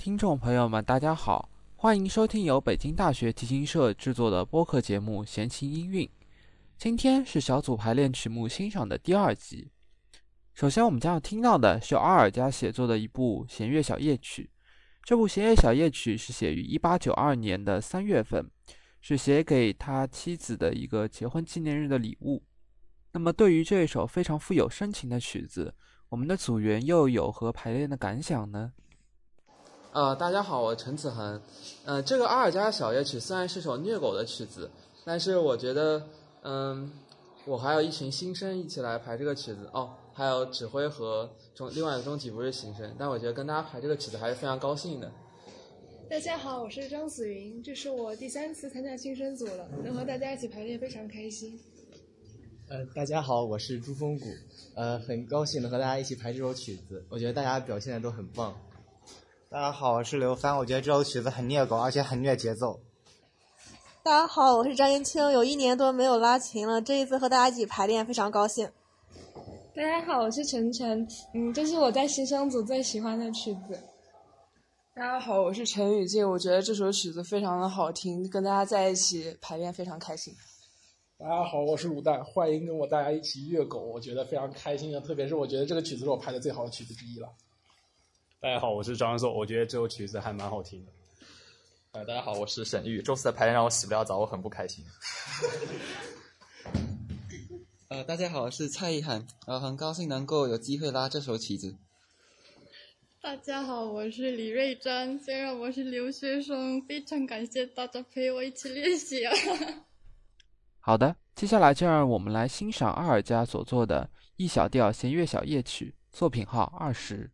听众朋友们，大家好，欢迎收听由北京大学提琴社制作的播客节目《闲情音韵》。今天是小组排练曲目欣赏的第2集。首先，我们将要听到的是阿尔加写作的一部弦乐小夜曲。这部弦乐小夜曲是写于1892年的3月份，是写给他妻子的一个结婚纪念日的礼物。那么，对于这一首非常富有深情的曲子，我们的组员又有何排练的感想呢？ 大家好，我陈子恒。这个阿尔加小夜曲虽然是首虐狗的曲子，但是我觉得，我还有一群新生一起来排这个曲子哦，还有指挥和另外一个中提不是新生，但我觉得跟大家排这个曲子还是非常高兴的。 大家好，我是张子云，这是我第3次参加新生组了，能和大家一起排练非常开心。 大家好，我是朱峰谷，很高兴能和大家一起排这首曲子，我觉得大家表现的都很棒。 大家好，我是刘帆，我觉得这首曲子很虐狗，而且很虐节奏。 大家好，我是张延青，有1年多没有拉琴了，这一次和大家一起排练非常高兴。 大家好，我是晨晨，这是我在新生组最喜欢的曲子。 大家好，我是陈雨静，我觉得这首曲子非常的好听，跟大家在一起排练非常开心。 大家好，我是卤蛋，欢迎跟大家一起虐狗，我觉得非常开心的，特别是我觉得这个曲子是我排的最好的曲子之一了。 大家好，我是张安寿，我觉得这首曲子还蛮好听的。 大家好，我是沈玉，周四的排练让我洗不了澡，我很不开心。 大家好，我是蔡一涵，很高兴能够有机会拉这首曲子。 大家好，我是李瑞珍，虽然我是留学生，非常感谢大家陪我一起练习啊。 好的，接下来就让我们来欣赏阿尔加所作的E小调弦乐小夜曲，作品号20。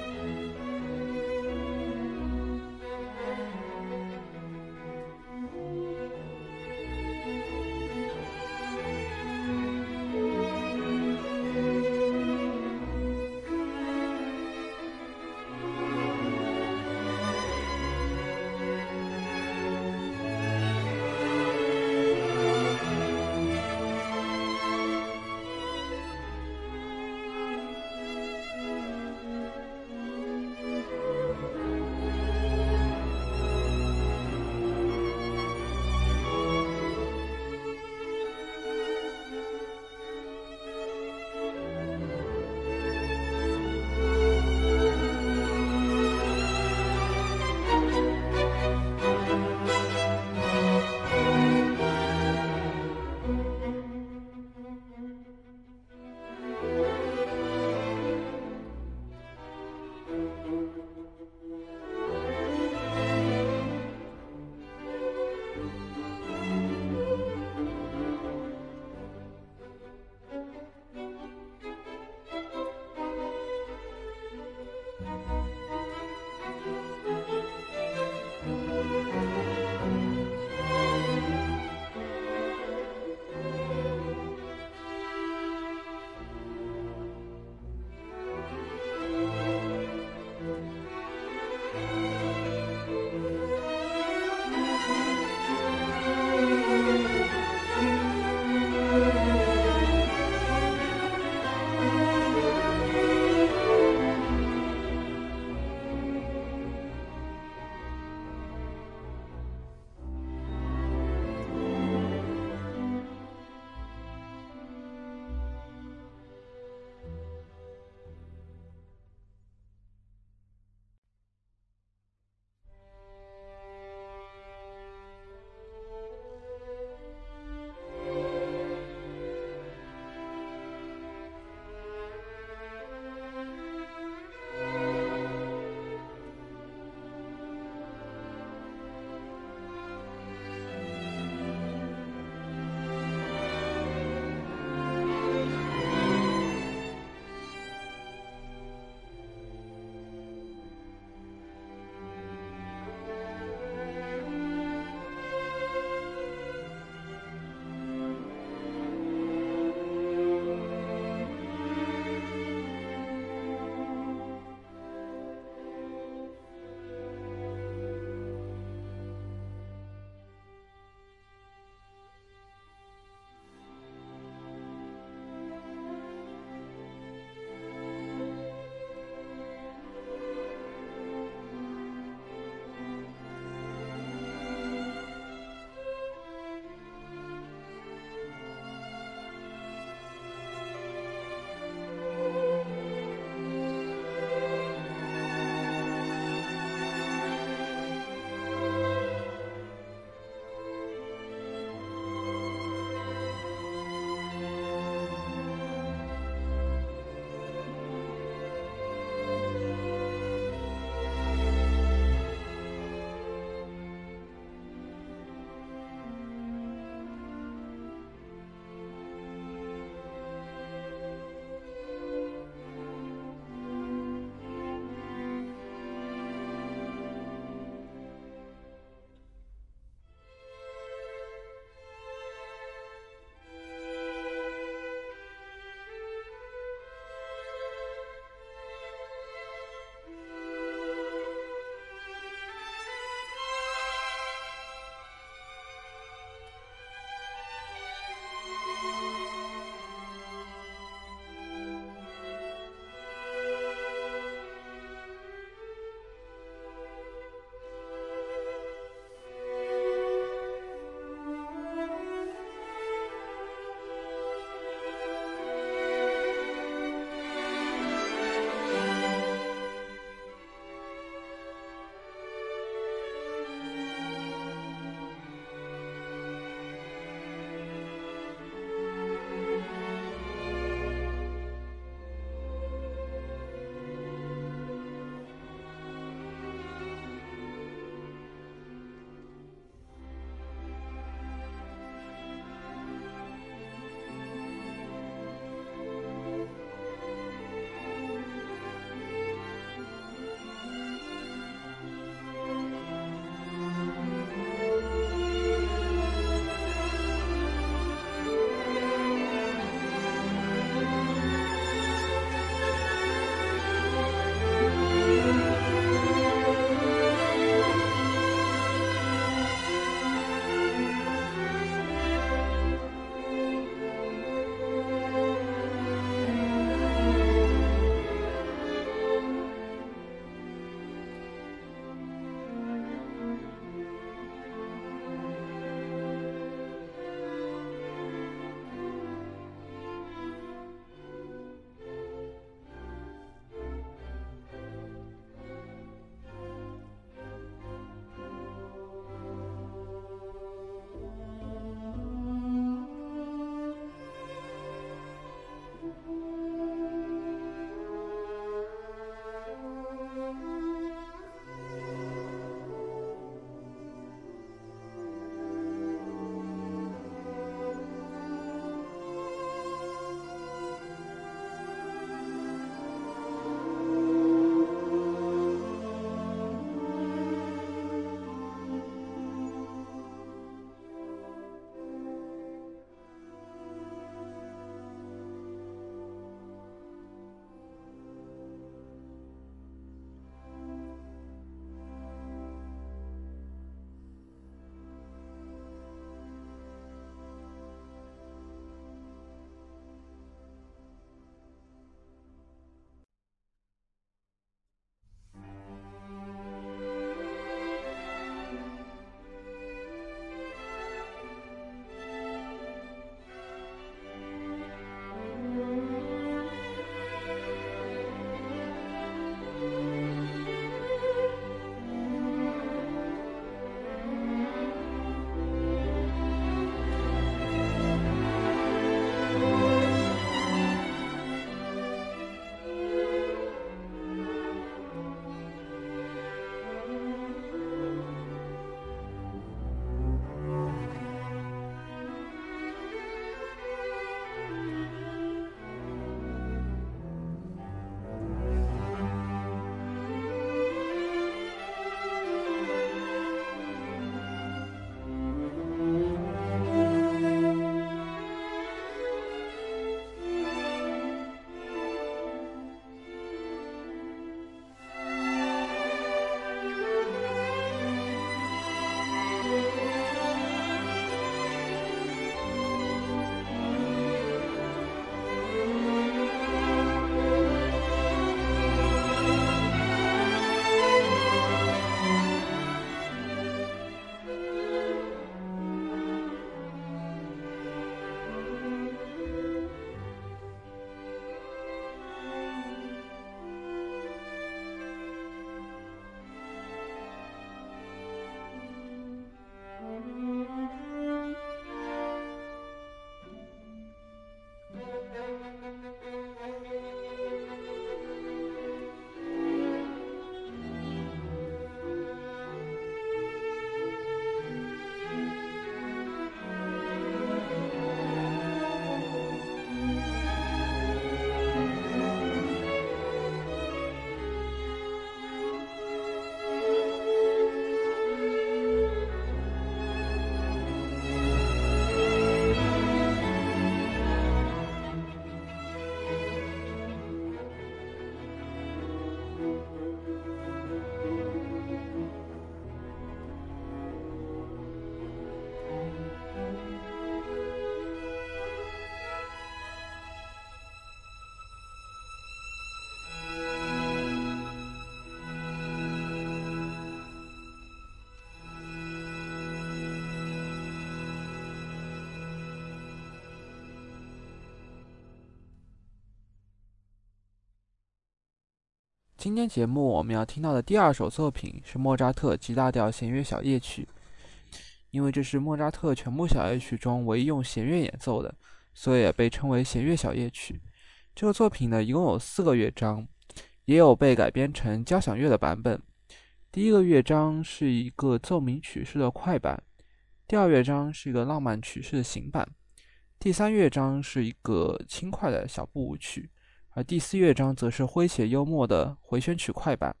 今天节目我们要听到的第二首作品是莫扎特 G 大调弦乐小夜曲。因为这是莫扎特全部小夜曲中唯一用弦乐演奏的，所以也被称为弦乐小夜曲。这个作品呢，一共有4个乐章，也有被改编成交响乐的版本。第一个乐章是一个奏鸣曲式的快板，第二乐章是一个浪漫曲式的行板，第三乐章是一个轻快的小步舞曲，而第4乐章则是诙谐幽默的回旋曲快板。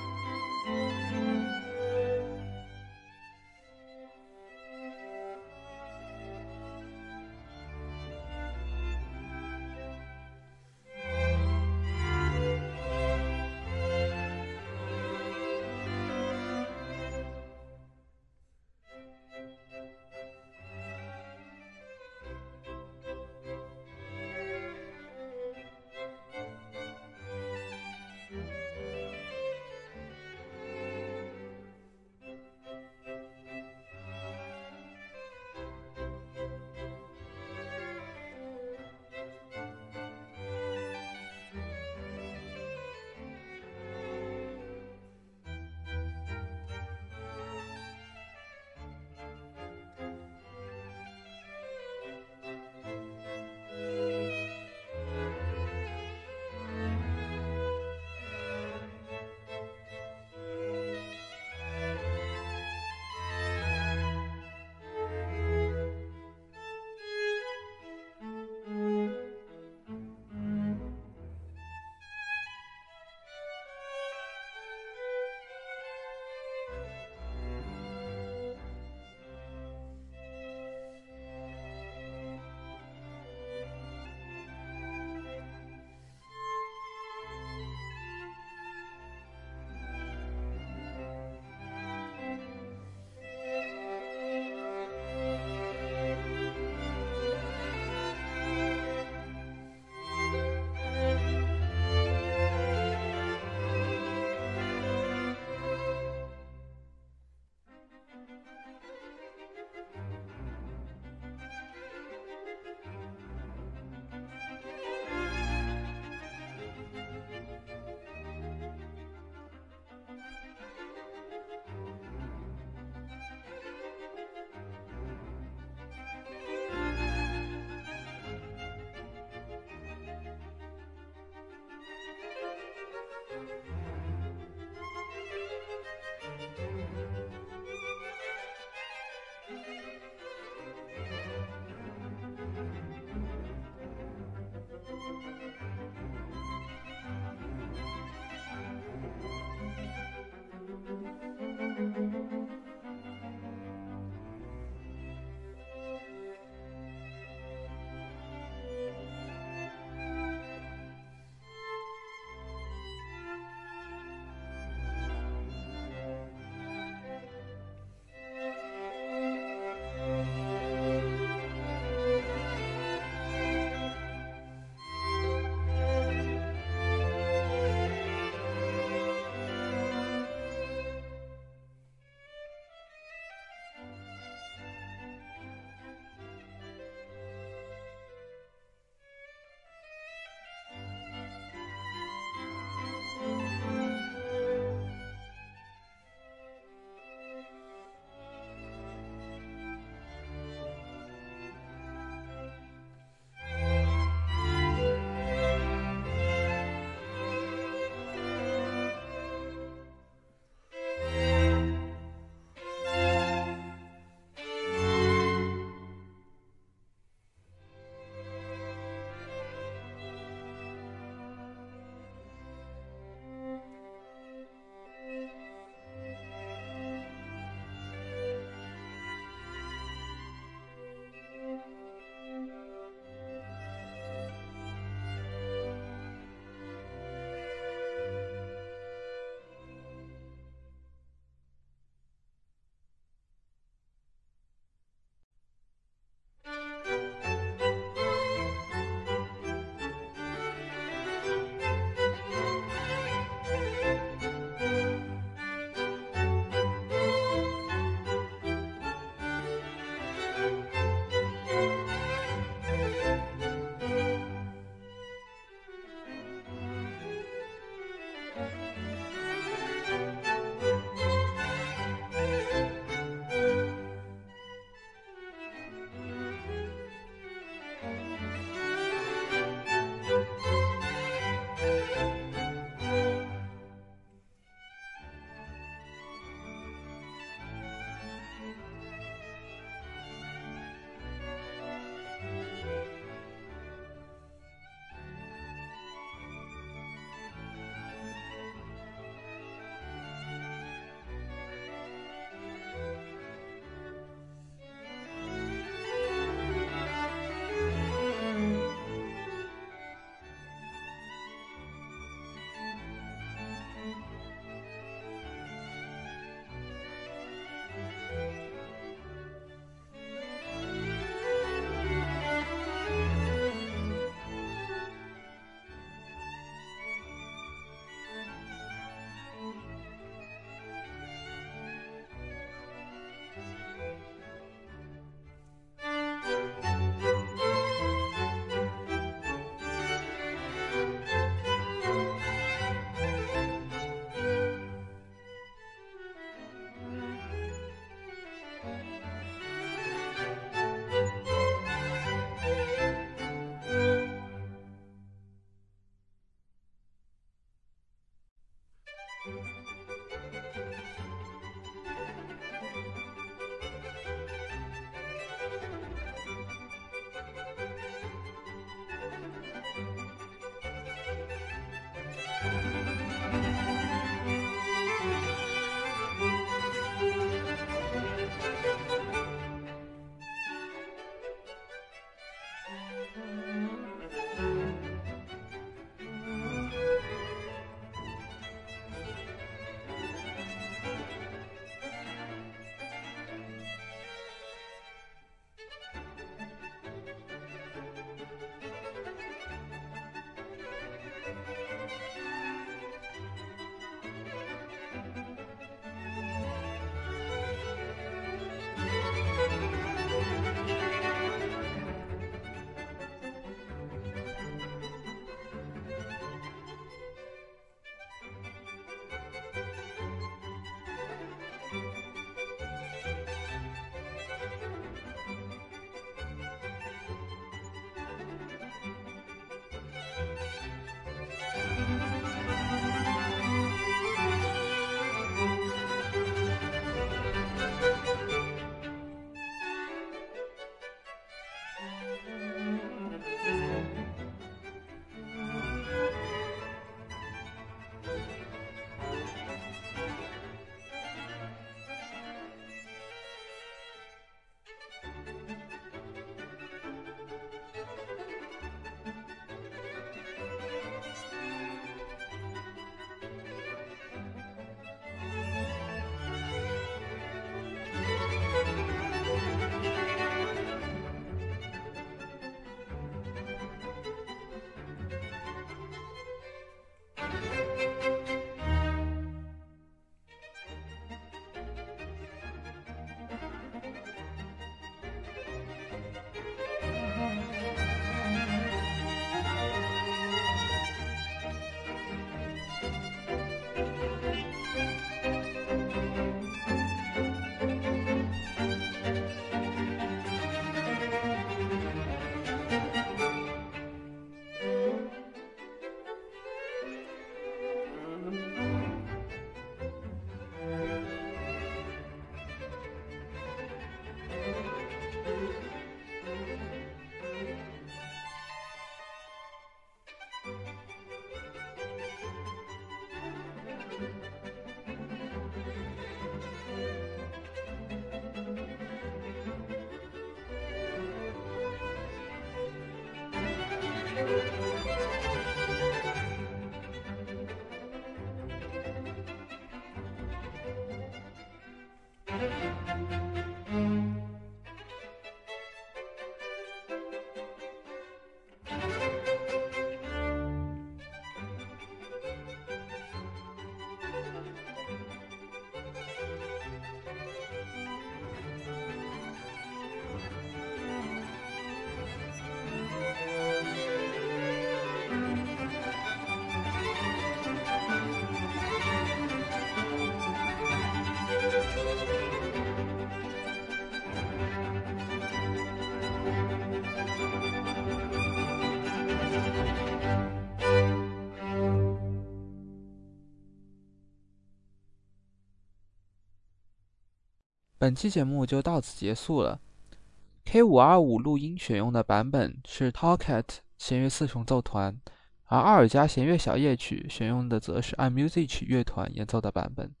本期节目就到此结束了。K525录音选用的版本是 Talcat 弦乐四重奏团，而阿尔加弦乐小夜曲选用的则是按 Music 乐团演奏的版本。